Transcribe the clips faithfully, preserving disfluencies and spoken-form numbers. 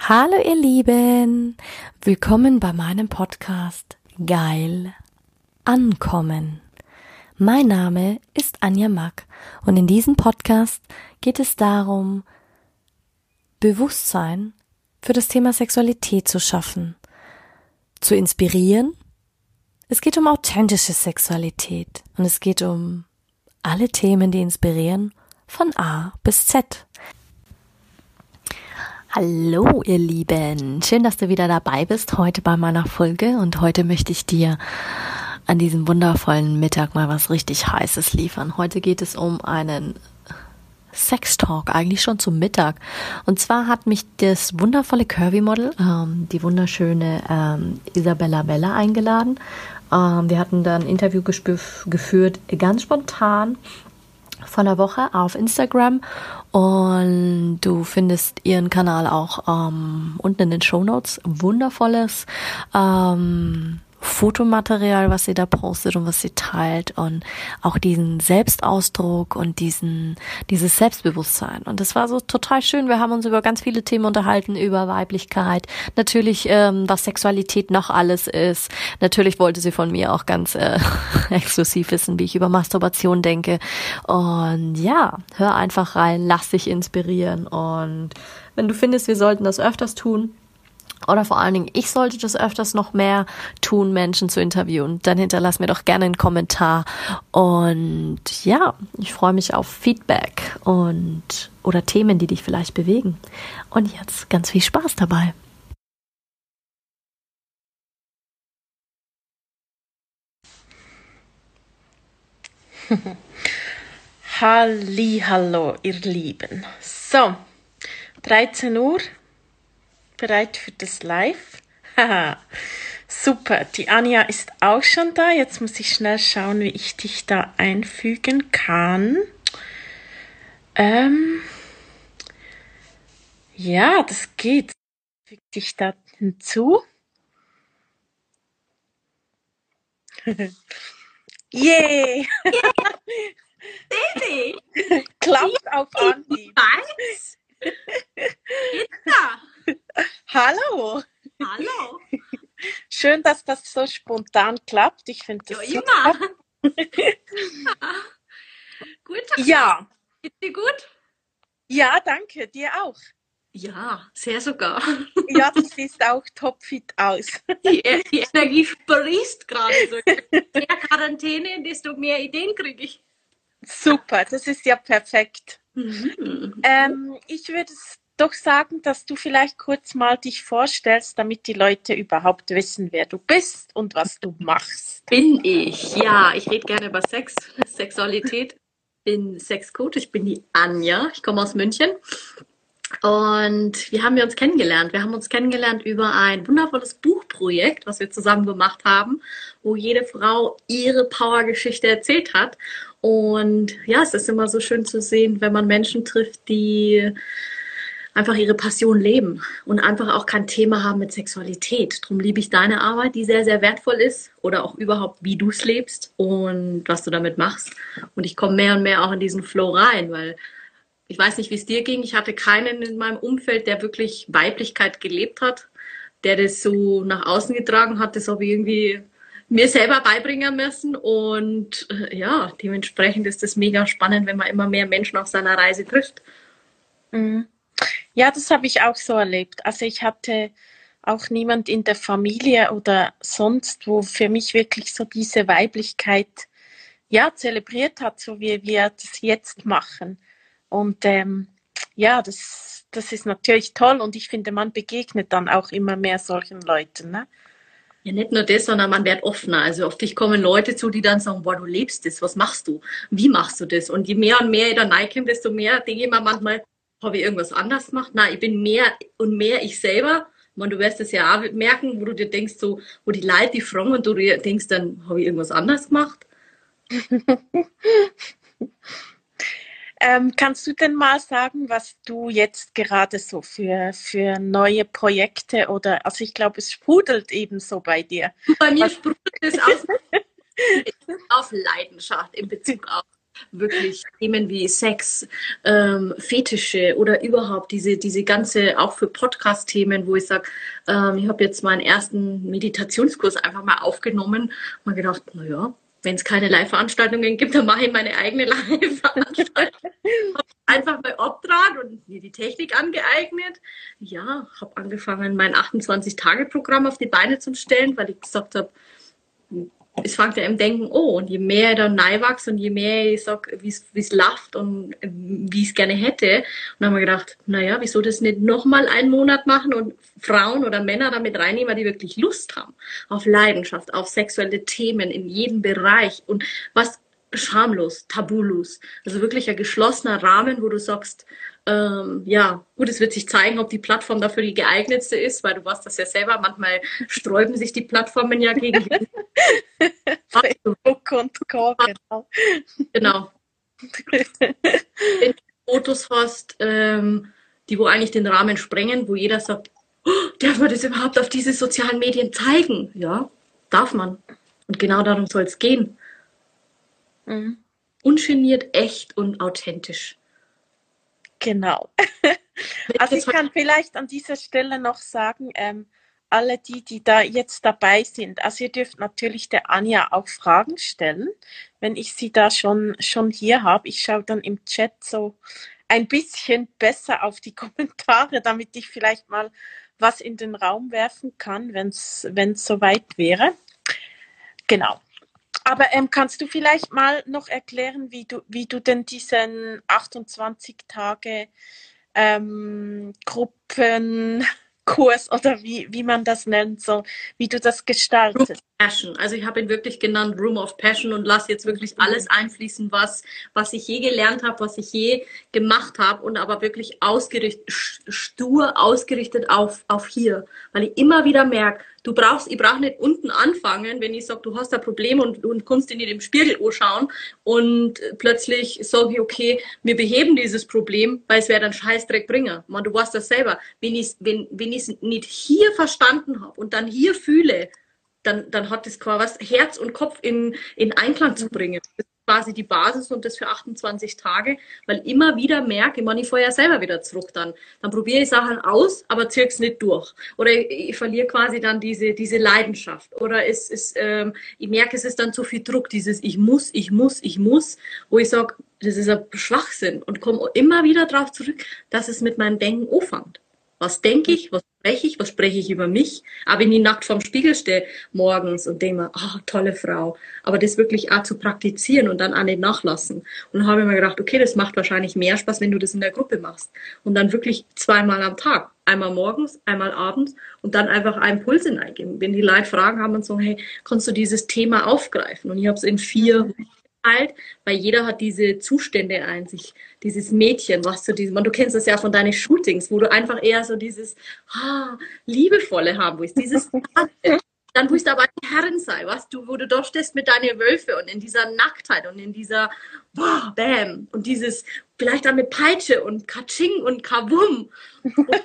Hallo ihr Lieben, willkommen bei meinem Podcast Geil Ankommen. Mein Name ist Anja Mack und in diesem Podcast geht es darum, Bewusstsein für das Thema Sexualität zu schaffen, zu inspirieren. Es geht um authentische Sexualität und es geht um alle Themen, die inspirieren, von A bis Z. Hallo ihr Lieben, schön, dass du wieder dabei bist heute bei meiner Folge und heute möchte ich dir an diesem wundervollen Mittag mal was richtig Heißes liefern. Heute geht es um einen Sextalk, eigentlich schon zum Mittag. Und zwar hat mich das wundervolle Curvy-Model, ähm, die wunderschöne ähm, Isabella Bella eingeladen. Ähm, wir hatten da ein Interview gespür- geführt, ganz spontan, von der Woche auf Instagram und du findest ihren Kanal auch ähm, unten in den Shownotes. Wundervolles ähm, Fotomaterial, was sie da postet und was sie teilt und auch diesen Selbstausdruck und diesen dieses Selbstbewusstsein. Und das war so total schön. Wir haben uns über ganz viele Themen unterhalten, über Weiblichkeit, natürlich ähm, was Sexualität noch alles ist. Natürlich wollte sie von mir auch ganz äh, exklusiv wissen, wie ich über Masturbation denke. Und ja, hör einfach rein, lass dich inspirieren. Und wenn du findest, wir sollten das öfters tun, oder vor allen Dingen, ich sollte das öfters noch mehr tun, Menschen zu interviewen, dann hinterlass mir doch gerne einen Kommentar. Und ja, ich freue mich auf Feedback und oder Themen, die dich vielleicht bewegen. Und jetzt ganz viel Spaß dabei. Hallihallo, ihr Lieben. So, dreizehn Uhr, bereit für das Live? Haha, super, die Anja ist auch schon da. Jetzt muss ich schnell schauen, wie ich dich da einfügen kann. Ähm, ja, das geht. Füge dich da hinzu. Yay! Baby, Klappt auf Anhieb. weiß. Gitta, Hallo! hallo. Schön, dass das so spontan klappt. Ich finde Ja, das immer. super. Gut, Ja, geht's dir gut? ja, danke, dir auch. Ja, sehr sogar. Ja, du siehst auch topfit aus. Die, die Energie sprießt gerade so. Je mehr Quarantäne, desto mehr Ideen kriege ich. Super, das ist ja perfekt. Mhm. Ähm, ich würde s- doch sagen, dass du vielleicht kurz mal dich vorstellst, damit die Leute überhaupt wissen, wer du bist und was du machst. Bin ich. Ja, ich rede gerne über Sex, Sexualität. Bin Sexcoach, ich bin die Anja. Ich komme aus München. Und wie haben wir uns kennengelernt? Wir haben uns kennengelernt über ein wundervolles Buchprojekt, was wir zusammen gemacht haben, wo jede Frau ihre Powergeschichte erzählt hat. Und ja, es ist immer so schön zu sehen, wenn man Menschen trifft, die einfach ihre Passion leben und einfach auch kein Thema haben mit Sexualität. Darum liebe ich deine Arbeit, die sehr, sehr wertvoll ist oder auch überhaupt, wie du es lebst und was du damit machst. Und ich komme mehr und mehr auch in diesen Flow rein, weil ich weiß nicht, wie es dir ging. Ich hatte keinen in meinem Umfeld, der wirklich Weiblichkeit gelebt hat, der das so nach außen getragen hat. Das habe ich irgendwie mir selber beibringen müssen. Und äh, ja, dementsprechend ist das mega spannend, wenn man immer mehr Menschen auf seiner Reise trifft. Mhm. Ja, das habe ich auch so erlebt. Also ich hatte auch niemand in der Familie oder sonst, wo für mich wirklich so diese Weiblichkeit ja zelebriert hat, so wie wir das jetzt machen. Und ähm, ja, das, das ist natürlich toll und ich finde, man begegnet dann auch immer mehr solchen Leuten, ne? Ja, nicht nur das, sondern man wird offener. Also auf dich kommen Leute zu, die dann sagen, boah, du lebst das, was machst du? Wie machst du das? Und je mehr und mehr ich da reinkomme, desto mehr denke ich mir manchmal, habe ich irgendwas anders gemacht? Nein, ich bin mehr und mehr ich selber. Ich meine, du wirst das ja auch merken, wo du dir denkst, so, wo die Leute die fragen und du dir denkst, dann habe ich irgendwas anders gemacht. Ähm, kannst du denn mal sagen, was du jetzt gerade so für, für neue Projekte oder, also ich glaube, es sprudelt eben so bei dir. Bei mir Was, sprudelt es aus auf Leidenschaft in Bezug auf wirklich Themen wie Sex, ähm, Fetische oder überhaupt diese, diese ganze, auch für Podcast-Themen, wo ich sage, ähm, ich habe jetzt meinen ersten Meditationskurs einfach mal aufgenommen und mir gedacht, naja, wenn es keine Live-Veranstaltungen gibt, dann mache ich meine eigene Live-Veranstaltung. Habe einfach mal obdrat und mir die Technik angeeignet. Ja, habe angefangen, mein achtundzwanzig-Tage-Programm auf die Beine zu stellen, weil ich gesagt habe, es fängt ja im Denken an. Und je mehr ich dann reinwachse und je mehr ich sage, wie es läuft und wie ich es gerne hätte. Und dann haben wir gedacht, naja, wieso das nicht nochmal einen Monat machen und Frauen oder Männer damit reinnehmen, die wirklich Lust haben auf Leidenschaft, auf sexuelle Themen in jedem Bereich und was schamlos, tabulos. Also wirklich ein geschlossener Rahmen, wo du sagst, ähm, ja, gut, es wird sich zeigen, ob die Plattform dafür die geeignetste ist, weil du weißt das ja selber, manchmal sträuben sich die Plattformen ja gegen Facebook und Co. Genau. Genau. Wenn du Fotos hast, ähm, die wo eigentlich den Rahmen sprengen, wo jeder sagt, oh, darf man das überhaupt auf diese sozialen Medien zeigen? Ja, darf man. Und genau darum soll es gehen. Mhm. Ungeniert, echt und authentisch. Genau. Also ich kann vielleicht an dieser Stelle noch sagen, ähm, alle die, die da jetzt dabei sind, also ihr dürft natürlich der Anja auch Fragen stellen, wenn ich sie da schon, schon hier habe. Ich schaue dann im Chat so ein bisschen besser auf die Kommentare, damit ich vielleicht mal was in den Raum werfen kann, wenn es soweit wäre. Genau. Aber ähm, kannst du vielleicht mal noch erklären, wie du, wie du denn diesen achtundzwanzig Tage ähm, Gruppenkurs oder wie, wie man das nennt, so wie du das gestaltest? Passion. Also ich habe ihn wirklich genannt Room of Passion und lasse jetzt wirklich alles einfließen, was, was ich je gelernt habe, was ich je gemacht habe und aber wirklich ausgerichtet, stur ausgerichtet auf, auf hier. Weil ich immer wieder merke, du brauchst, ich brauche nicht unten anfangen, wenn ich sage, du hast ein Problem und, und kannst dir nicht im Spiegel anschauen und plötzlich sage ich, okay, wir beheben dieses Problem, weil es wäre dann Scheißdreck bringen. Man, du weißt das selber. Wenn ich es wenn, wenn ich's nicht hier verstanden habe und dann hier fühle, dann, dann hat das quasi was, Herz und Kopf in, in Einklang zu bringen. Das ist quasi die Basis und das für achtundzwanzig Tage, weil immer wieder merke, ich meine, ich fahre ja selber wieder zurück dann. Dann probiere ich Sachen aus, aber ziehe es nicht durch. Oder ich, ich verliere quasi dann diese, diese Leidenschaft. Oder es ist, ähm, ich merke, es ist dann zu viel Druck, dieses ich muss, ich muss, ich muss, wo ich sage, das ist ein Schwachsinn und komme immer wieder darauf zurück, dass es mit meinem Denken anfängt. Was denke ich, was spreche ich, was spreche ich über mich? Aber wenn ich nackt vorm Spiegel stehe morgens und denke mir, ah, oh, tolle Frau. Aber das wirklich auch zu praktizieren und dann auch nicht nachlassen. Und dann habe ich mir gedacht, okay, das macht wahrscheinlich mehr Spaß, wenn du das in der Gruppe machst. Und dann wirklich zweimal am Tag. Einmal morgens, einmal abends und dann einfach einen Puls hineingeben. Wenn die Leute Fragen haben und sagen, hey, kannst du dieses Thema aufgreifen? Und ich habe es in vier halt, weil jeder hat diese Zustände ein sich, dieses Mädchen, was du diesem, du kennst das ja von deinen Shootings, wo du einfach eher so dieses ah, liebevolle haben willst, dieses dann willst du aber die Herrin sein, was du, wo du doch stehst mit deinen Wölfe und in dieser Nacktheit und in dieser boah, Bam und dieses vielleicht dann mit Peitsche und Katsching und Kabum und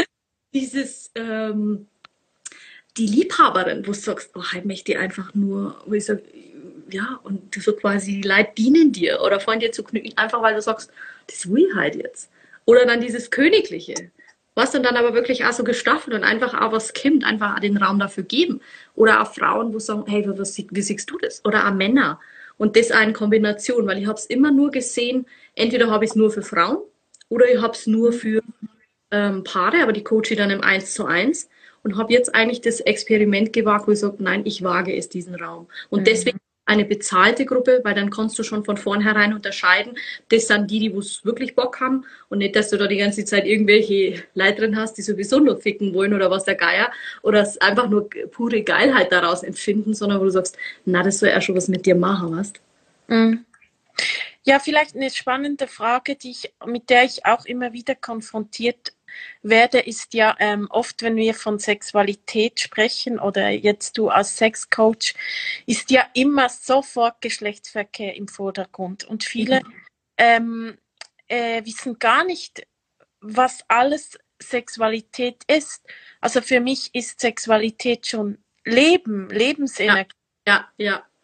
dieses ähm, die Liebhaberin, wo du sagst, oh, ich möchte die einfach nur, wo ich sag, ja, und so quasi die Leute dienen dir oder von dir zu knüpfen, einfach weil du sagst, das will ich halt jetzt. Oder dann dieses Königliche, was dann dann aber wirklich auch so gestaffelt und einfach auch was kommt, einfach auch den Raum dafür geben. Oder auch Frauen, wo sagen, hey, was, wie siehst du das? Oder auch Männer. Und das auch in Kombination, weil ich habe es immer nur gesehen, entweder habe ich es nur für Frauen oder ich habe es nur für ähm, Paare, aber die coache ich dann im Eins zu Eins und habe jetzt eigentlich das Experiment gewagt, wo ich sage, nein, ich wage es, diesen Raum. Und mhm. deswegen eine bezahlte Gruppe, weil dann kannst du schon von vornherein unterscheiden, das sind die, die es wirklich Bock haben und nicht, dass du da die ganze Zeit irgendwelche Leute drin hast, die sowieso nur ficken wollen oder was der Geier oder es einfach nur pure Geilheit daraus empfinden, sondern wo du sagst, na, das soll ja schon was mit dir machen, weißt? Mhm. Ja, vielleicht eine spannende Frage, die ich, mit der ich auch immer wieder konfrontiert werde, ist ja ähm, oft, wenn wir von Sexualität sprechen oder jetzt du als Sexcoach, ist ja immer sofort Geschlechtsverkehr im Vordergrund und viele mhm. ähm, äh, wissen gar nicht, was alles Sexualität ist. Also für mich ist Sexualität schon Leben, Lebensenergie. Ja, ja, ja.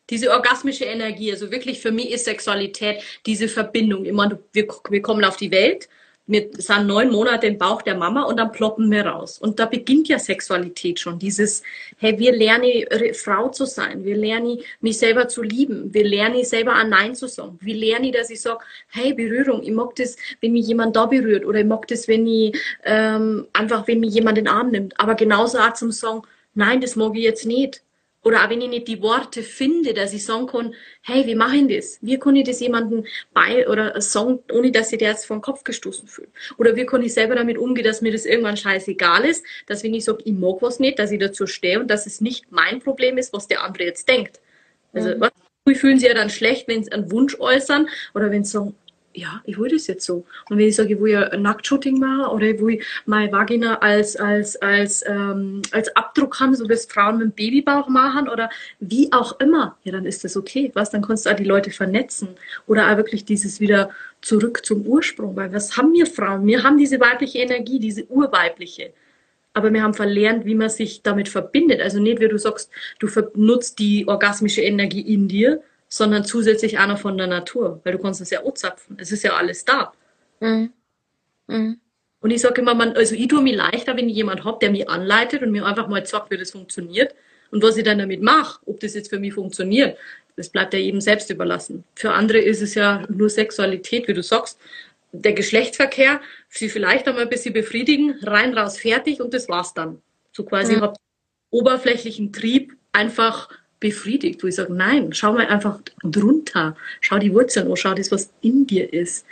Diese orgasmische Energie, also wirklich für mich ist Sexualität diese Verbindung. Ich meine, wir, wir kommen auf die Welt, wir sind neun Monate im Bauch der Mama und dann ploppen wir raus. Und da beginnt ja Sexualität schon. Dieses, hey, wir lernen Frau zu sein, wir lernen mich selber zu lieben, wir lernen selber ein Nein zu sagen. Wir lernen, dass ich sage, hey, Berührung, ich mag das, wenn mich jemand da berührt oder ich mag das, wenn ich ähm, einfach, wenn mich jemand in den Arm nimmt. Aber genauso auch zum Sagen, nein, das mag ich jetzt nicht. Oder auch wenn ich nicht die Worte finde, dass ich sagen kann, hey, wie mache ich das? Wie kann ich das jemandem bei oder sagen, ohne dass sich der jetzt vor den Kopf gestoßen fühlt? Oder wie kann ich selber damit umgehen, dass mir das irgendwann scheißegal ist, dass wenn ich sage, ich mag was nicht, dass ich dazu stehe und dass es nicht mein Problem ist, was der andere jetzt denkt. Also, mhm. was, wie fühlen sie ja dann schlecht, wenn sie einen Wunsch äußern oder wenn sie sagen, ja, ich will das jetzt so. Und wenn ich sage, ich will ja ein Nacktshooting machen oder ich will meine Vagina als, als, als, ähm, als Abdruck haben, so wie es Frauen mit dem Babybauch machen oder wie auch immer, ja, dann ist das okay. Was, dann kannst du auch die Leute vernetzen oder auch wirklich dieses wieder zurück zum Ursprung. Weil was haben wir Frauen? Wir haben diese weibliche Energie, diese urweibliche. Aber wir haben verlernt, wie man sich damit verbindet. Also nicht, wie du sagst, du nutzt die orgasmische Energie in dir, sondern zusätzlich auch noch von der Natur, weil du kannst es ja auch zapfen. Es ist ja alles da. Mhm. Mhm. Und ich sage immer, man, also ich tue mir leichter, wenn ich jemanden habe, der mich anleitet und mir einfach mal sagt, wie das funktioniert und was ich dann damit mache, ob das jetzt für mich funktioniert. Das bleibt ja jedem selbst überlassen. Für andere ist es ja nur Sexualität, wie du sagst. Der Geschlechtsverkehr, sie vielleicht einmal ein bisschen befriedigen, rein, raus, fertig und das war's dann. So quasi mhm. habt oberflächlichen Trieb einfach befriedigt, wo ich sage, nein, schau mal einfach drunter, schau die Wurzeln an, schau das, was in dir ist.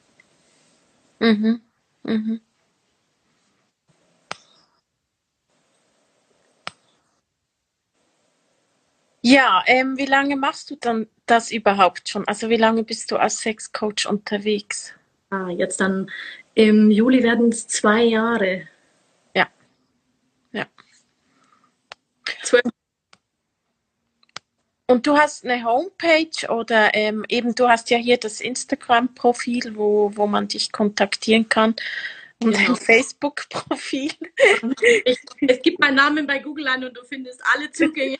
Mhm. Mhm. Ja, ähm, wie lange machst du dann das überhaupt schon? Also wie lange bist du als Sexcoach unterwegs? Ah, jetzt dann im Juli werden es zwei Jahre. Ja. Ja. Zwölf. Und du hast eine Homepage oder ähm, eben, du hast ja hier das Instagram-Profil, wo, wo man dich kontaktieren kann und genau. Ein Facebook-Profil. Es gibt meinen Namen bei Google an und du findest alle Zugänge.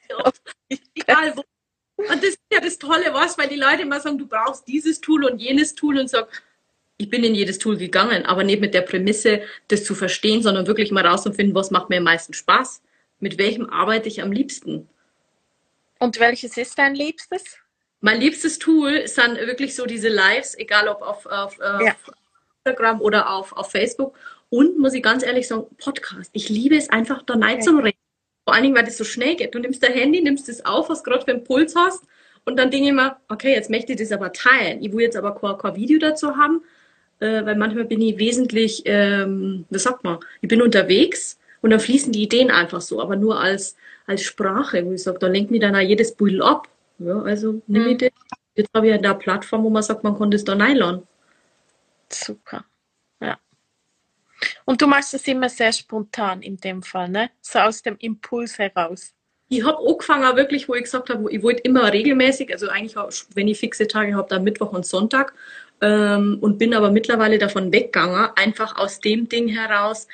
Egal wo. Und das ist ja das Tolle, was, weil die Leute immer sagen, du brauchst dieses Tool und jenes Tool und sag, ich bin in jedes Tool gegangen, aber nicht mit der Prämisse, das zu verstehen, sondern wirklich mal rauszufinden, was macht mir am meisten Spaß, mit welchem arbeite ich am liebsten. Und welches ist dein Liebstes? Mein liebstes Tool sind wirklich so diese Lives, egal ob auf, auf, ja. auf Instagram oder auf, auf Facebook. Und muss ich ganz ehrlich sagen, Podcast. Ich liebe es einfach, da rein okay. zum Reden. Vor allen Dingen, weil das so schnell geht. Du nimmst dein Handy, nimmst es auf, was gerade für einen Puls hast. Und dann denke ich mir, okay, jetzt möchte ich das aber teilen. Ich will jetzt aber kein, kein Video dazu haben, äh, weil manchmal bin ich wesentlich, ähm, was sagt man, ich bin unterwegs und dann fließen die Ideen einfach so, aber nur als als Sprache, wo ich sage, da lenkt mich dann auch jedes Büdel ab. Ja, also nehme ich das. Jetzt habe ich ja da eine Plattform, wo man sagt, man kann das da reinladen. Super, ja. Und du machst das immer sehr spontan in dem Fall, ne? So aus dem Impuls heraus. Ich habe angefangen wirklich, wo ich gesagt habe, ich wollte immer regelmäßig, also eigentlich, wenn ich fixe Tage habe, dann Mittwoch und Sonntag ähm, und bin aber mittlerweile davon weggegangen, einfach aus dem Ding heraus,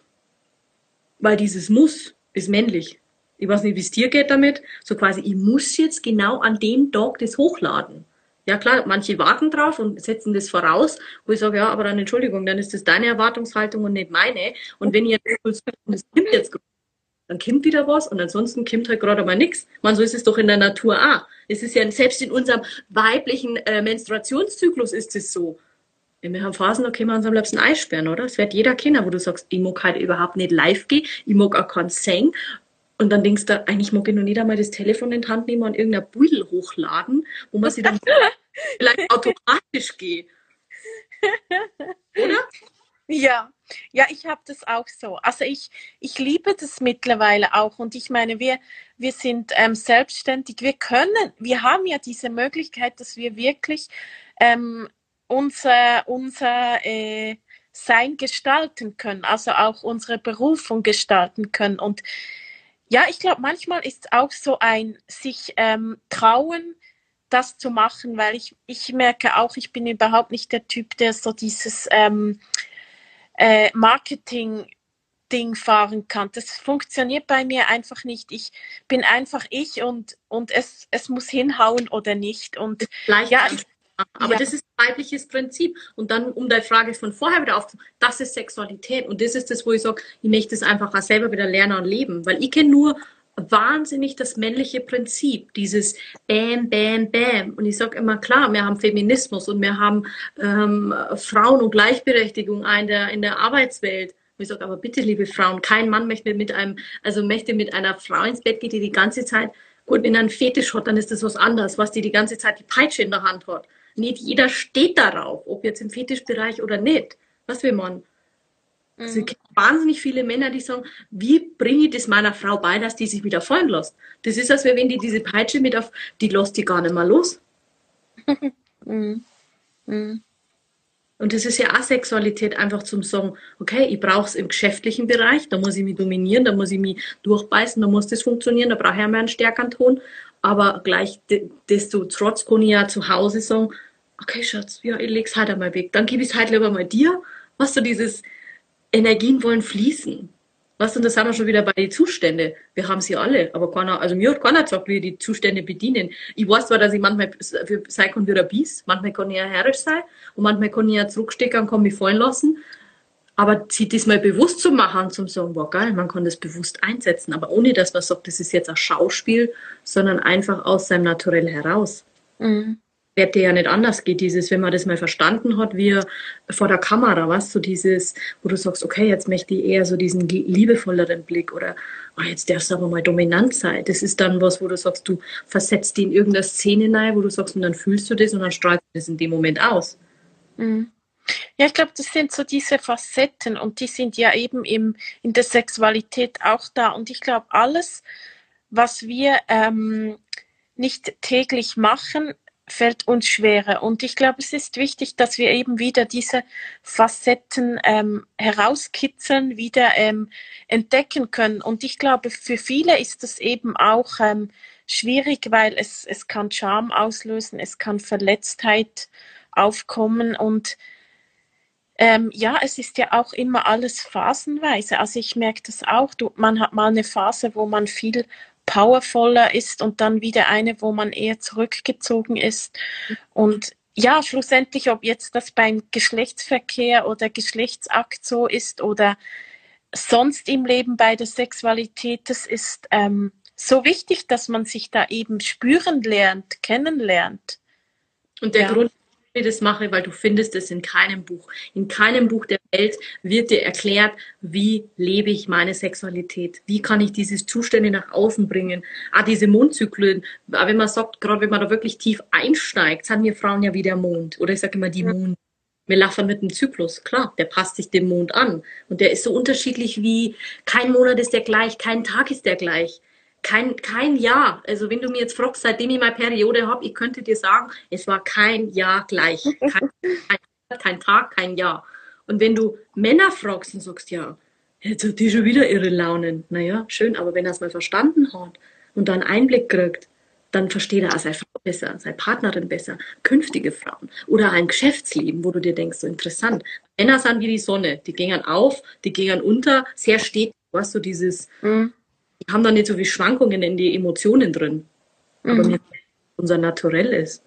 weil dieses Muss ist männlich. Ich weiß nicht, wie es dir geht damit. So quasi, ich muss jetzt genau an dem Tag das hochladen. Ja klar, manche warten drauf und setzen das voraus, wo ich sage, ja, aber dann Entschuldigung, dann ist das deine Erwartungshaltung und nicht meine. Und wenn ihr das kommt jetzt, dann kommt wieder was und ansonsten kommt halt gerade mal nichts. Man, so ist es doch in der Natur auch. Es ist ja, selbst in unserem weiblichen äh, Menstruationszyklus ist es so. Wir haben Phasen, da können wir uns am liebsten einsperren, oder? Es wird jeder kennen, wo du sagst, ich mag halt überhaupt nicht live gehen, ich mag auch keinen Singen. Und dann denkst du, eigentlich mag ich noch nicht einmal das Telefon in die Hand nehmen und irgendein Budel hochladen, wo man sich dann vielleicht automatisch geht. Oder? Ja, ja, ich habe das auch so. Also ich, ich liebe das mittlerweile auch. Und ich meine, wir, wir sind ähm, selbstständig. Wir können, wir haben ja diese Möglichkeit, dass wir wirklich ähm, unser, unser äh, Sein gestalten können. Also auch unsere Berufung gestalten können. Und ja, ich glaube, manchmal ist es auch so ein sich ähm, trauen, das zu machen, weil ich, ich merke auch, ich bin überhaupt nicht der Typ, der so dieses ähm, äh, Marketing Ding fahren kann. Das funktioniert bei mir einfach nicht. Ich bin einfach ich und, und es, es muss hinhauen oder nicht. Und ja, ich, aber ja. das ist ein weibliches Prinzip. Und dann, um deine Frage von vorher wieder aufzunehmen, das ist Sexualität. Und das ist das, wo ich sage, ich möchte es einfach auch selber wieder lernen und leben. Weil ich kenne nur wahnsinnig das männliche Prinzip, dieses Bam, Bam, Bam. Und ich sage immer, klar, wir haben Feminismus und wir haben ähm, Frauen- und Gleichberechtigung in der, in der Arbeitswelt. Und ich sage, aber bitte, liebe Frauen, kein Mann möchte mit einem, also möchte mit einer Frau ins Bett gehen, die die ganze Zeit, gut, wenn er einen Fetisch hat, dann ist das was anderes, was die die ganze Zeit die Peitsche in der Hand hat. Nicht jeder steht darauf, ob jetzt im Fetischbereich oder nicht. Was will man? Also, ich kenne wahnsinnig viele Männer, die sagen, wie bringe ich das meiner Frau bei, dass die sich wieder fallen lässt? Das ist, als wenn die diese Peitsche mit auf, die lässt die gar nicht mehr los. Mhm. Mhm. Und das ist ja auch Sexualität, einfach zum sagen, okay, ich brauche es im geschäftlichen Bereich, da muss ich mich dominieren, da muss ich mich durchbeißen, da muss das funktionieren, da brauche ich einmal einen stärkeren Ton. Aber gleich desto trotz kann ich ja zu Hause sagen, okay, Schatz, ja, ich leg's halt einmal weg. Dann gebe ich es halt lieber mal dir. Was du dieses Energien wollen fließen. Was, und da sind wir schon wieder bei den Zuständen. Wir haben sie alle, aber keiner, also mir hat keiner gesagt, wie die Zustände bedienen. Ich weiß zwar, dass ich manchmal sein kann wie ein Biest, manchmal kann ich ja herrisch sein und manchmal kann ich ja zurückstecken und kann mich fallen lassen. Aber sich das mal bewusst zu machen, zum sagen, boah geil, man kann das bewusst einsetzen, aber ohne, dass man sagt, das ist jetzt ein Schauspiel, sondern einfach aus seinem Naturell heraus. Mhm. Wird dir ja nicht anders geht, dieses, wenn man das mal verstanden hat, wie vor der Kamera, was, so dieses, wo du sagst, okay, jetzt möchte ich eher so diesen liebevolleren Blick oder, oh, jetzt darfst du aber mal dominant sein. Das ist dann was, wo du sagst, du versetzt die in irgendeine Szene rein, wo du sagst, und dann fühlst du das und dann strahlst du das in dem Moment aus. Mhm. Ja, ich glaube, das sind so diese Facetten und die sind ja eben im, in der Sexualität auch da. Und ich glaube, alles, was wir ähm, nicht täglich machen, fällt uns schwerer. Und ich glaube, es ist wichtig, dass wir eben wieder diese Facetten ähm, herauskitzeln, wieder ähm, entdecken können. Und ich glaube, für viele ist das eben auch ähm, schwierig, weil es, es kann Scham auslösen, es kann Verletztheit aufkommen und ähm, ja, es ist ja auch immer alles phasenweise. Also ich merke das auch. Du, man hat mal eine Phase, wo man viel powervoller ist und dann wieder eine, wo man eher zurückgezogen ist. Und ja, schlussendlich, ob jetzt das beim Geschlechtsverkehr oder Geschlechtsakt so ist oder sonst im Leben bei der Sexualität, das ist ähm, so wichtig, dass man sich da eben spüren lernt, kennenlernt. Und der Ja. Grund, ich das mache, weil du findest es in keinem Buch. In keinem Buch der Welt wird dir erklärt, wie lebe ich meine Sexualität? Wie kann ich diese Zustände nach außen bringen? Ah, diese Mondzyklen. Aber wenn man sagt, gerade wenn man da wirklich tief einsteigt, sind wir Frauen ja wie der Mond. Oder ich sage immer die Mond. Wir laufen mit dem Zyklus. Klar, der passt sich dem Mond an. Und der ist so unterschiedlich wie kein Monat ist der gleich, kein Tag ist der gleich. Kein, kein Jahr. Also wenn du mir jetzt fragst, seitdem ich meine Periode habe, ich könnte dir sagen, es war kein Jahr gleich. Kein, kein, kein Tag, kein Jahr. Und wenn du Männer fragst und sagst, ja, jetzt hat die schon wieder ihre Launen. Naja, schön, aber wenn er es mal verstanden hat und da einen Einblick kriegt, dann versteht er auch seine Frau besser, seine Partnerin besser, künftige Frauen oder ein Geschäftsleben, wo du dir denkst, so interessant. Männer sind wie die Sonne, die gehen auf, die gehen unter, sehr stetig, weißt du, dieses... Mhm. Die haben da nicht so viel Schwankungen in die Emotionen drin. Aber Mhm. mir unser Naturell ist.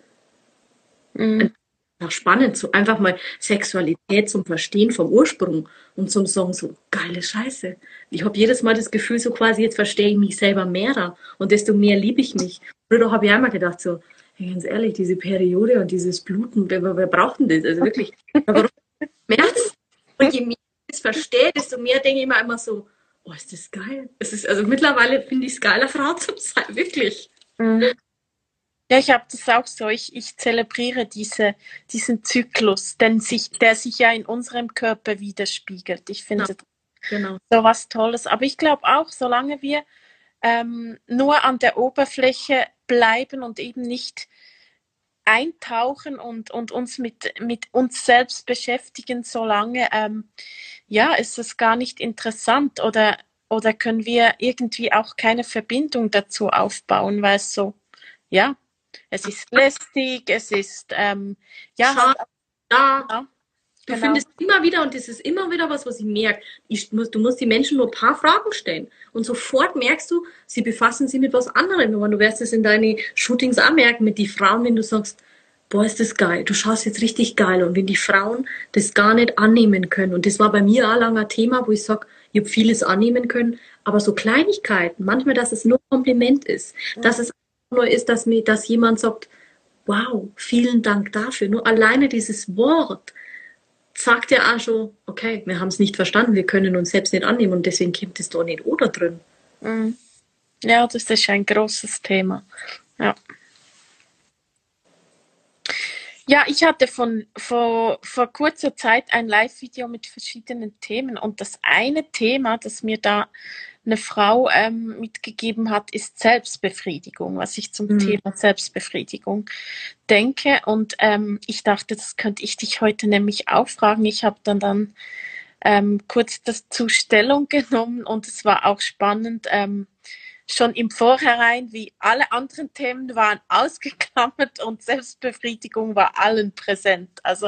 Mhm. Einfach spannend, so einfach mal Sexualität zum Verstehen vom Ursprung und zum Sagen, so geile Scheiße. Ich habe jedes Mal das Gefühl, so quasi, jetzt verstehe ich mich selber mehr und desto mehr liebe ich mich. Früher habe ich einmal gedacht, so, hey, ganz ehrlich, diese Periode und dieses Bluten, wer, wer braucht denn das? Also wirklich, warum Schmerz? Und je mehr ich das verstehe, desto mehr denke ich mir immer so, oh, ist das geil. Es ist, also mittlerweile finde ich es geiler, Frau zu sein, wirklich. Mhm. Ja, ich habe das auch so. Ich, ich zelebriere diese, diesen Zyklus, denn sich, der sich ja in unserem Körper widerspiegelt. Ich finde Ja, genau. so was Tolles. Aber ich glaube auch, solange wir ähm, nur an der Oberfläche bleiben und eben nicht eintauchen und, und uns mit, mit uns selbst beschäftigen, solange ähm, ja, ist es gar nicht interessant oder, oder können wir irgendwie auch keine Verbindung dazu aufbauen, weil es so, ja, es ist lästig, es ist, ähm, ja, Schade, halt, da. ja, Du genau. findest immer wieder, und das ist immer wieder was, was ich merke, ich muss, du musst die Menschen nur ein paar Fragen stellen. Und sofort merkst du, sie befassen sich mit was anderem. Und du wirst es in deine Shootings auch merken, mit den Frauen, wenn du sagst, boah, ist das geil, du schaust jetzt richtig geil. Und wenn die Frauen das gar nicht annehmen können, und das war bei mir auch lange ein Thema, wo ich sage, ich habe vieles annehmen können, aber so Kleinigkeiten, manchmal, dass es nur ein Kompliment ist, mhm. dass es nur ist, dass, mir, dass jemand sagt, wow, vielen Dank dafür. Nur alleine dieses Wort sagt ja auch schon, okay, wir haben es nicht verstanden, wir können uns selbst nicht annehmen und deswegen kommt es da nicht oder drin. Mhm. Ja, das ist ein großes Thema. Ja. Ja, ich hatte von, vor, vor kurzer Zeit ein Live-Video mit verschiedenen Themen und das eine Thema, das mir da eine Frau ähm, mitgegeben hat, ist Selbstbefriedigung, was ich zum mhm. Thema Selbstbefriedigung denke. Und ähm, ich dachte, das könnte ich dich heute nämlich auch fragen. Ich habe dann dann ähm, kurz dazu Stellung genommen und es war auch spannend, ähm, schon im Vorhinein, wie alle anderen Themen waren ausgeklammert und Selbstbefriedigung war allen präsent. Also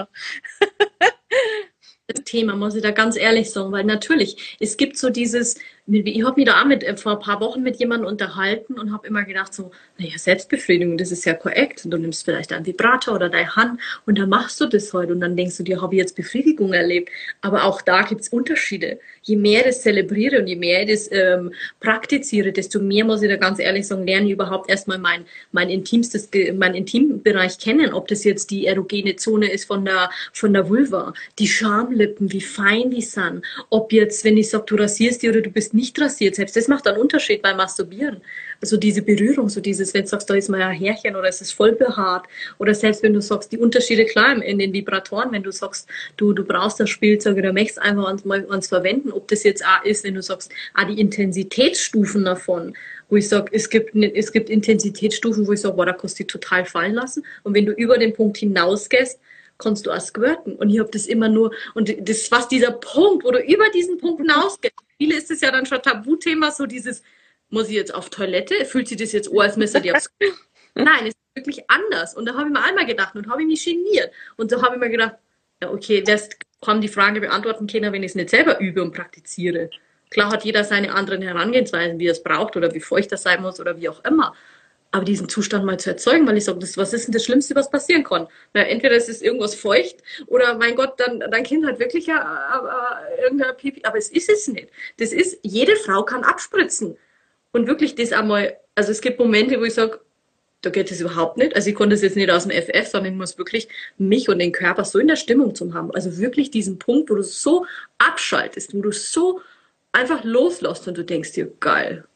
das Thema, muss ich da ganz ehrlich sagen, weil natürlich, es gibt so dieses, ich habe mich da auch mit, vor ein paar Wochen mit jemandem unterhalten und habe immer gedacht so, naja, Selbstbefriedigung, das ist ja korrekt. Und du nimmst vielleicht einen Vibrator oder deine Hand und dann machst du das heute und dann denkst du dir, habe ich jetzt Befriedigung erlebt. Aber auch da gibt es Unterschiede. Je mehr ich das zelebriere und je mehr ich das ähm, praktiziere, desto mehr, muss ich da ganz ehrlich sagen, lerne ich überhaupt erstmal mein, mein intimstes, mein Intimbereich kennen, ob das jetzt die erogene Zone ist von der, von der Vulva, die Schamlippen, wie fein die sind, ob jetzt, wenn ich sage, du rasierst die oder du bist nicht rasiert, selbst das macht einen Unterschied beim Masturbieren. Also diese Berührung, so dieses, wenn du sagst, da ist mal ein Härchen oder es ist voll behaart oder selbst wenn du sagst, die Unterschiede klar in den Vibratoren, wenn du sagst, du, du brauchst das Spielzeug oder möchtest einfach ans, mal ans verwenden, ob das jetzt auch ist, wenn du sagst, ah, die Intensitätsstufen davon, wo ich sage, es gibt, es gibt Intensitätsstufen, wo ich sage, wow, da kannst du dich total fallen lassen und wenn du über den Punkt hinausgehst, kannst du auch squirten. Und ich habe das immer nur, und das ist fast dieser Punkt, wo du über diesen Punkt hinausgehst. Viele ist es ja dann schon Tabuthema, so dieses, muss ich jetzt auf Toilette? Fühlt sich das jetzt an, als müsste die aufs Nein, es ist wirklich anders. Und da habe ich mir einmal gedacht und habe ich mich geniert. Und so habe ich mir gedacht, ja okay, das kann die Frage beantworten können, wenn ich es nicht selber übe und praktiziere. Klar hat jeder seine anderen Herangehensweisen, wie er es braucht oder wie feucht das sein muss oder wie auch immer. Aber diesen Zustand mal zu erzeugen, weil ich sage, das, was ist denn das Schlimmste, was passieren kann? Weil entweder es ist irgendwas feucht oder, mein Gott, dann dein Kind hat wirklich ja, äh, äh, irgendein Pipi. Aber es ist es nicht. Das ist, jede Frau kann abspritzen. Und wirklich das einmal, also es gibt Momente, wo ich sage, da geht es überhaupt nicht. Also ich konnte das jetzt nicht aus dem F F, sondern ich muss wirklich mich und den Körper so in der Stimmung zu haben. Also wirklich diesen Punkt, wo du so abschaltest, wo du so einfach loslässt und du denkst dir, geil.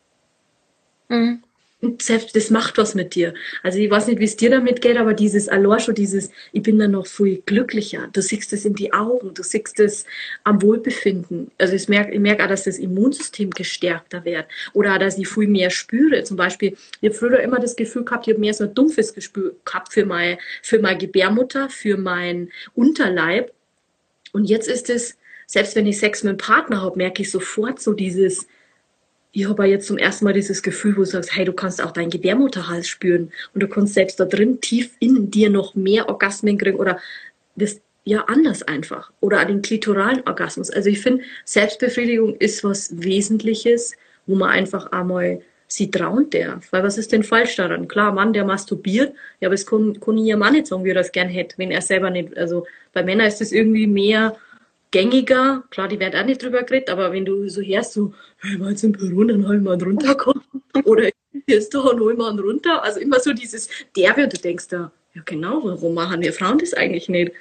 Mhm. Und selbst das macht was mit dir. Also ich weiß nicht, wie es dir damit geht, aber dieses allein schon dieses, ich bin dann noch viel glücklicher. Du siehst es in die Augen, du siehst es am Wohlbefinden. Also ich merke, ich merke auch, dass das Immunsystem gestärkter wird oder auch, dass ich viel mehr spüre. Zum Beispiel, ich habe früher immer das Gefühl gehabt, ich habe mehr so ein dumpfes Gespür gehabt für meine, für meine Gebärmutter, für meinen Unterleib. Und jetzt ist es, selbst wenn ich Sex mit einem Partner habe, merke ich sofort so dieses, ich habe jetzt zum ersten Mal dieses Gefühl, wo du sagst, hey, du kannst auch deinen Gebärmutterhals spüren und du kannst selbst da drin tief in dir noch mehr Orgasmen kriegen oder das ja anders einfach oder den klitoralen Orgasmus. Also ich finde, Selbstbefriedigung ist was Wesentliches, wo man einfach einmal sie trauen darf. Weil was ist denn falsch daran? Klar, Mann, der masturbiert, ja, aber es kann, kann ihr Mann nicht sagen, wie er das gern hätte, wenn er selber nicht, also bei Männern ist es irgendwie mehr gängiger, klar, die werden auch nicht drüber geredet, aber wenn du so hörst, so, hey, mal zum Büro, dann hol mal einen runterkommen oder jetzt da und hol mal einen runter, also immer so dieses Derbe und du denkst da, ja genau, warum machen wir Frauen das eigentlich nicht?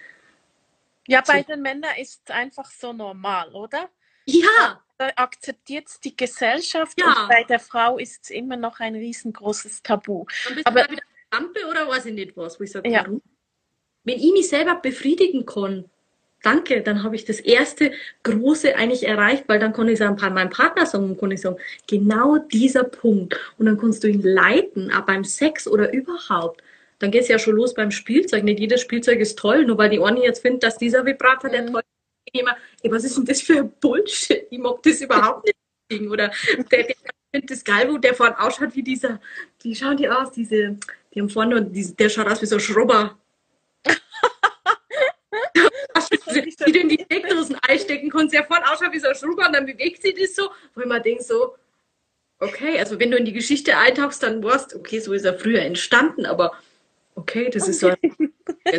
Ja, bei so. Den Männern ist es einfach so normal, oder? Ja. Da akzeptiert es die Gesellschaft ja. Und bei der Frau ist es immer noch ein riesengroßes Tabu. Dann bist aber du da wieder Lampe oder weiß ich nicht was, wo ich sage, ja. warum? Wenn ich mich selber befriedigen kann, danke, dann habe ich das erste Große eigentlich erreicht, weil dann konnte ich sagen, meinem Partner sagen und konnte ich sagen, genau dieser Punkt. Und dann kannst du ihn leiten, auch beim Sex oder überhaupt. Dann geht es ja schon los beim Spielzeug. Nicht jedes Spielzeug ist toll, nur weil die Orni jetzt findet, dass dieser Vibrator mhm. der toll ist. Ey, was ist denn das für ein Bullshit? Ich mag das überhaupt nicht. Oder der, der findet das geil, wo der vorne ausschaut wie dieser, wie schauen die aus, diese, die haben vorne, diese, der schaut aus wie so ein Schrubber. sie in die Steckdosen einstecken, kann sie ja vorne ausschauen wie so ein Schrubber und dann bewegt sie das so, wo ich mir denke so, okay, also wenn du in die Geschichte eintauchst, dann weißt du, okay, so ist er früher entstanden, aber okay, das ist so ein,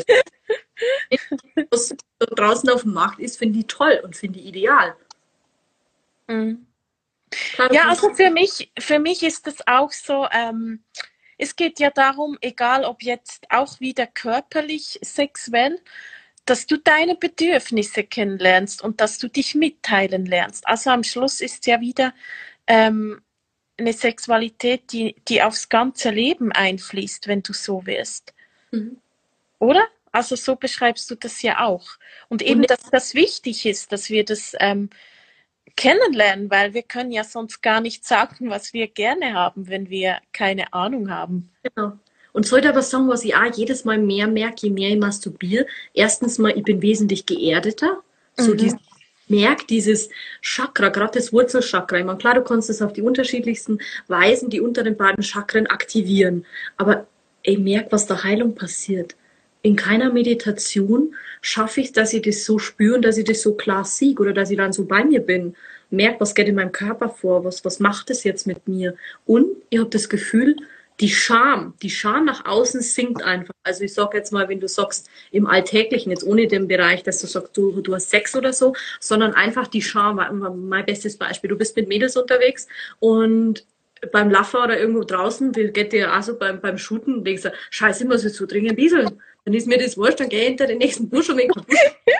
was so draußen auf dem Markt ist, finde ich toll und finde ich ideal. Mhm. Klar, ja, also für mich, für mich ist das auch so, ähm, es geht ja darum, egal ob jetzt auch wieder körperlich, sexuell, dass du deine Bedürfnisse kennenlernst und dass du dich mitteilen lernst. Also am Schluss ist ja wieder ähm, eine Sexualität, die, die aufs ganze Leben einfließt, wenn du so wirst. Mhm. Oder? Also so beschreibst du das ja auch. Und eben, und dass das wichtig ist, dass wir das ähm, kennenlernen, weil wir können ja sonst gar nicht sagen, was wir gerne haben, wenn wir keine Ahnung haben. Genau. Und sollte aber sagen, was ich auch jedes Mal mehr merke, je mehr ich masturbiere. Erstens mal, ich bin wesentlich geerdeter. So mhm. dieses merke dieses Chakra, gerade das Wurzelchakra. Ich meine, klar, du kannst es auf die unterschiedlichsten Weisen, die unteren beiden Chakren aktivieren. Aber ich merke, was da Heilung passiert. In keiner Meditation schaffe ich, dass ich das so spüre und dass ich das so klar sehe oder dass ich dann so bei mir bin. Merke, was geht in meinem Körper vor, was, was macht das jetzt mit mir? Und ich habe das Gefühl, die Scham, die Scham nach außen sinkt einfach. Also ich sage jetzt mal, wenn du sagst, im Alltäglichen, jetzt ohne den Bereich, dass du sagst, du, du hast Sex oder so, sondern einfach die Scham, mein bestes Beispiel, du bist mit Mädels unterwegs und beim Laffer oder irgendwo draußen, wie geht dir auch so beim, beim Shooten, denkst du, scheiße, ich muss jetzt so dringend bieseln. Dann ist mir das wurscht, dann geh ich hinter den nächsten Busch und den Busch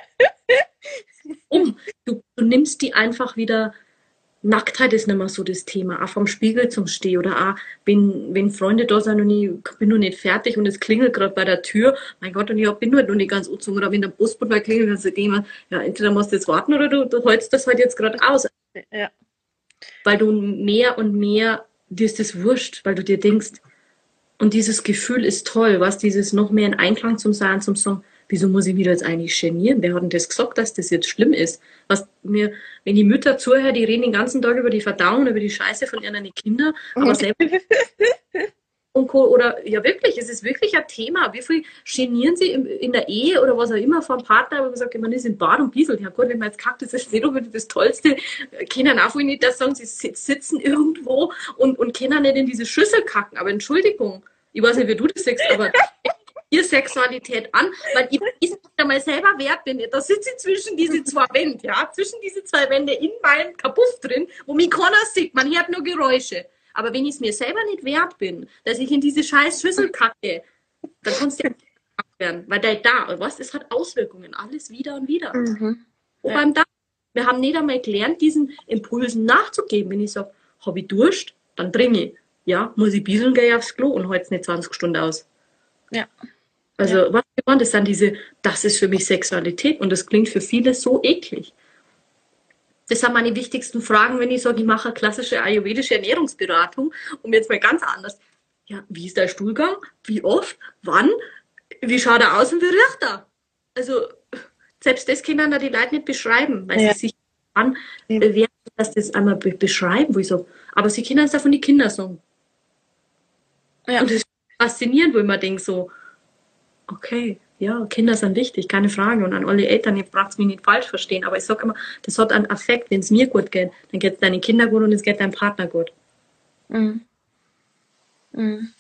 um. Du, du nimmst die einfach wieder. Nacktheit ist nicht mehr so das Thema. Auch vom Spiegel zum Steh oder auch, wenn, wenn Freunde da sind und ich bin noch nicht fertig und es klingelt gerade bei der Tür, mein Gott, und ich bin halt noch nicht ganz angezogen. Oder wenn der Postbote mal klingelt, dann sagt jemand, ja, entweder musst du jetzt warten oder du, du hältst das halt jetzt gerade aus. Ja. Weil du mehr und mehr, dir ist das wurscht, weil du dir denkst, und dieses Gefühl ist toll, was dieses noch mehr in Einklang zum Sein, zum Sagen, wieso muss ich mich da jetzt eigentlich genieren? Wer hat denn das gesagt, dass das jetzt schlimm ist? Was mir, wenn die Mütter zuhören, die reden den ganzen Tag über die Verdauung, über die Scheiße von ihren Kindern, aber selber und Co. Oder, ja wirklich, es ist wirklich ein Thema. Wie viel genieren sie in, in der Ehe oder was auch immer vom Partner, aber man sagt, man ist im Bad und bieselt. Ja gut, wenn man jetzt kackt, das ist nicht unbedingt das Tollste. Können auch wohl nicht das sagen, sie sitzen irgendwo und, und können nicht in diese Schüssel kacken. Aber Entschuldigung, ich weiß nicht, wie du das sagst, aber ihr Sexualität an, weil ich es nicht einmal selber wert bin. Da sitze ich zwischen diese zwei Wände, ja, zwischen diese zwei Wände in meinem Kapuff drin, wo mich keiner sieht, man hört nur Geräusche. Aber wenn ich es mir selber nicht wert bin, dass ich in diese scheiß Schüssel kacke, dann kannst du ja nicht werden, weil der da, was, es hat Auswirkungen, alles wieder und wieder. Mhm. Und ja. beim da, wir haben nicht einmal gelernt, diesen Impulsen nachzugeben. Wenn ich sage, habe ich Durst, dann trinke ich. Ja, muss ich bieseln, gehe ich aufs Klo und halte es nicht zwanzig Stunden aus. Ja. Also, ja. was wir wollen, das sind diese, das ist für mich Sexualität und das klingt für viele so eklig. Das sind meine wichtigsten Fragen, wenn ich sage, ich mache eine klassische ayurvedische Ernährungsberatung und jetzt mal ganz anders. Ja, wie ist der Stuhlgang? Wie oft? Wann? Wie schaut er aus und wie riecht er? Also, selbst das können da die Leute nicht beschreiben, weil ja. sie sich an, ja. werden, dass das einmal be- beschreiben, wo ich sage, aber sie können es ja von den Kindern sagen. Ja. Und das ist faszinierend, wo ich mir denke, so, okay, ja, Kinder sind wichtig, keine Frage. Und an alle Eltern, ihr braucht es mich nicht falsch verstehen, aber ich sage immer, das hat einen Affekt. Wenn es mir gut geht, dann geht es deinen Kindern gut und es geht deinem Partner gut. Mhm. Mhm.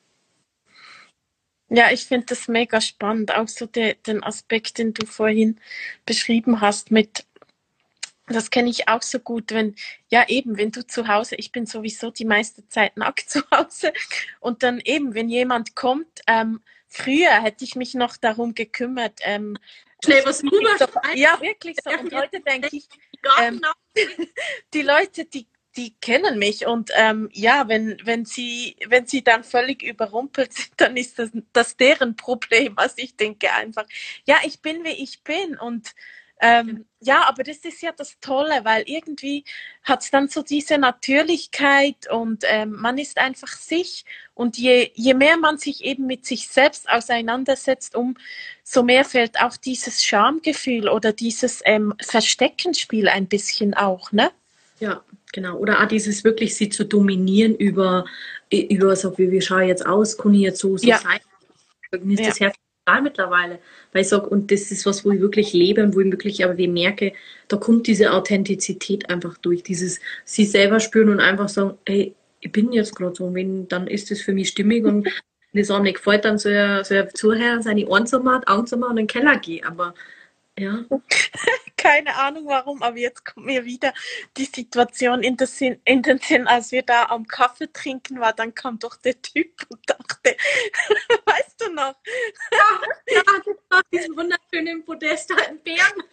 Ja, ich finde das mega spannend, auch so de, den Aspekt, den du vorhin beschrieben hast mit, das kenne ich auch so gut, wenn, ja eben, wenn du zu Hause, ich bin sowieso die meiste Zeit nackt zu Hause und dann eben, wenn jemand kommt, ähm, früher hätte ich mich noch darum gekümmert. Ähm, Schnell was rüber. So, ja, wirklich so. Und heute denke ich, ähm, die Leute, die, die kennen mich. Und ähm, ja, wenn, wenn, sie, wenn sie dann völlig überrumpelt sind, dann ist das, das deren Problem. Also ich denke einfach, ja, ich bin, wie ich bin. Und ähm, ja, aber das ist ja das Tolle, weil irgendwie hat es dann so diese Natürlichkeit und ähm, man ist einfach sich. Und je, je mehr man sich eben mit sich selbst auseinandersetzt, umso mehr fällt auch dieses Schamgefühl oder dieses ähm, Versteckenspiel ein bisschen auch, ne? Ja, genau. Oder auch dieses wirklich, sie zu dominieren über, über so wie, wie schaue ich jetzt aus, kann ich jetzt so, so ja. sein. Mir ist ja. das Herz total mittlerweile. Weil ich sage, und das ist was, wo ich wirklich lebe und wo ich wirklich aber wie merke, da kommt diese Authentizität einfach durch. Dieses sie selber spüren und einfach sagen, hey, ich bin jetzt gerade so. Und wenn, dann ist das für mich stimmig und wenn es auch nicht gefällt, dann soll er, soll er zuhören, seine Ohren zu machen, Augen zu machen und in den Keller gehen. Aber ja. Keine Ahnung warum, aber jetzt kommt mir wieder die Situation in den Sinn, in den Sinn, als wir da am Kaffee trinken waren, dann kam doch der Typ und dachte, weißt du noch? Ja, ja, das war diesen wunderschönen Podest da in Bern.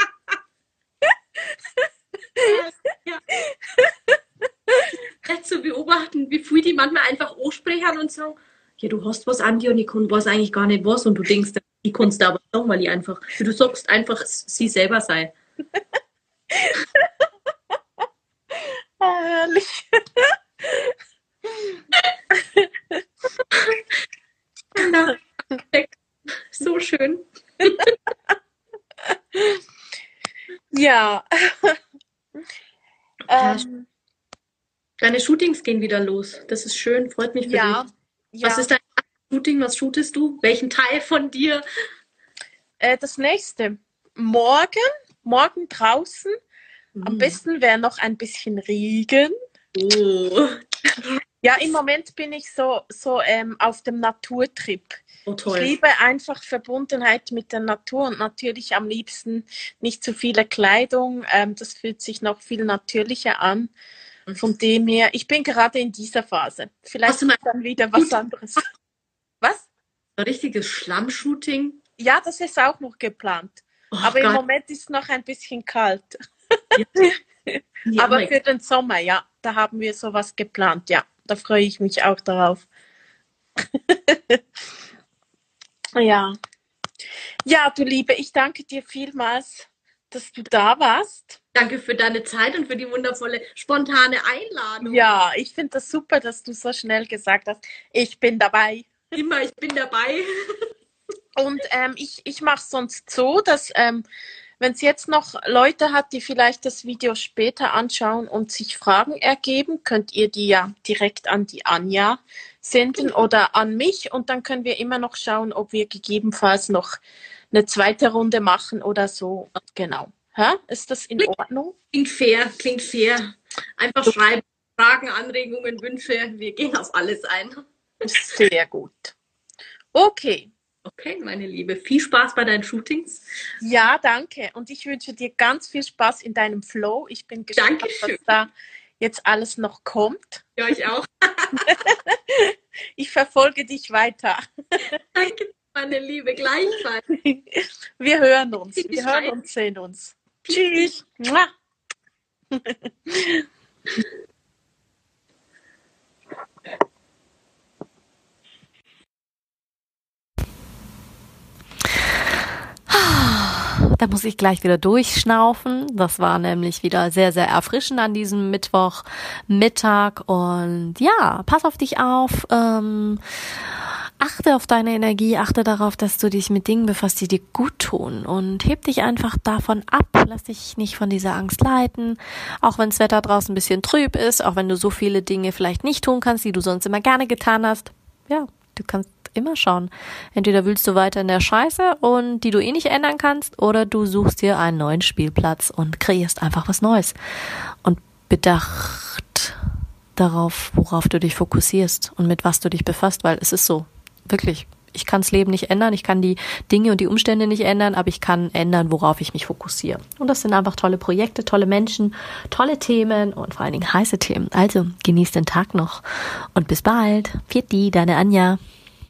Ja. Ja. Zu beobachten, wie viel die manchmal einfach ansprechen und sagen, ja, du hast was an dir und ich kann was eigentlich gar nicht was und du denkst, ich kann es da aber sagen, weil ich einfach, wie du sagst, einfach sie selber sei. Oh, herrlich. Ja, so schön. Ja. ähm, Deine Shootings gehen wieder los. Das ist schön, freut mich für ja, dich. Was ja. ist dein Shooting? Was shootest du? Welchen Teil von dir? Äh, das nächste. Morgen, morgen draußen. Mhm. Am besten wäre noch ein bisschen Regen. Oh. Ja, im Moment bin ich so, so ähm, auf dem Naturtrip. Oh, toll. Ich liebe einfach Verbundenheit mit der Natur und natürlich am liebsten nicht zu viele Kleidung. Ähm, das fühlt sich noch viel natürlicher an. Von dem her, ich bin gerade in dieser Phase. Vielleicht Hast du mal dann wieder was anderes. Was? Ein richtiges Schlammshooting? Ja, das ist auch noch geplant. Oh, aber Gott. im Moment ist es noch ein bisschen kalt. Ja. Aber für den Sommer, ja, da haben wir sowas geplant. Ja, da freue ich mich auch darauf. Ja. Ja, du Liebe, ich danke dir vielmals, dass du da warst. Danke für deine Zeit und für die wundervolle, spontane Einladung. Ja, ich finde das super, dass du so schnell gesagt hast, ich bin dabei. Immer, ich bin dabei. Und ähm, ich, ich mache es sonst so, dass ähm, wenn es jetzt noch Leute hat, die vielleicht das Video später anschauen und sich Fragen ergeben, könnt ihr die ja direkt an die Anja senden oder an mich und dann können wir immer noch schauen, ob wir gegebenenfalls noch eine zweite Runde machen oder so. Genau. Hä? Ist das in Ordnung? Klingt fair, klingt fair. Einfach okay. Schreiben, Fragen, Anregungen, Wünsche. Wir gehen auf alles ein. Sehr gut. Okay. Okay, meine Liebe. Viel Spaß bei deinen Shootings. Ja, danke. Und ich wünsche dir ganz viel Spaß in deinem Flow. Ich bin gespannt, Dankeschön. was da jetzt alles noch kommt. Ja, ich auch. Ich verfolge dich weiter. Danke, meine Liebe. Gleichfalls. Wir hören uns. Wir hören und sehen uns. Tschüss. Da muss ich gleich wieder durchschnaufen. Das war nämlich wieder sehr, sehr erfrischend an diesem Mittwochmittag. Und ja, pass auf dich auf. Ähm, achte auf deine Energie. Achte darauf, dass du dich mit Dingen befasst, die dir gut tun. Und heb dich einfach davon ab. Lass dich nicht von dieser Angst leiten. Auch wenn das Wetter draußen ein bisschen trüb ist. Auch wenn du so viele Dinge vielleicht nicht tun kannst, die du sonst immer gerne getan hast. Ja, du kannst immer schauen. Entweder wühlst du weiter in der Scheiße und die du eh nicht ändern kannst, oder du suchst dir einen neuen Spielplatz und kreierst einfach was Neues. Und bedacht darauf, worauf du dich fokussierst und mit was du dich befasst, weil es ist so, wirklich. Ich kann das Leben nicht ändern, ich kann die Dinge und die Umstände nicht ändern, aber ich kann ändern, worauf ich mich fokussiere. Und das sind einfach tolle Projekte, tolle Menschen, tolle Themen und vor allen Dingen heiße Themen. Also genieß den Tag noch und bis bald. Pfiat die, deine Anja.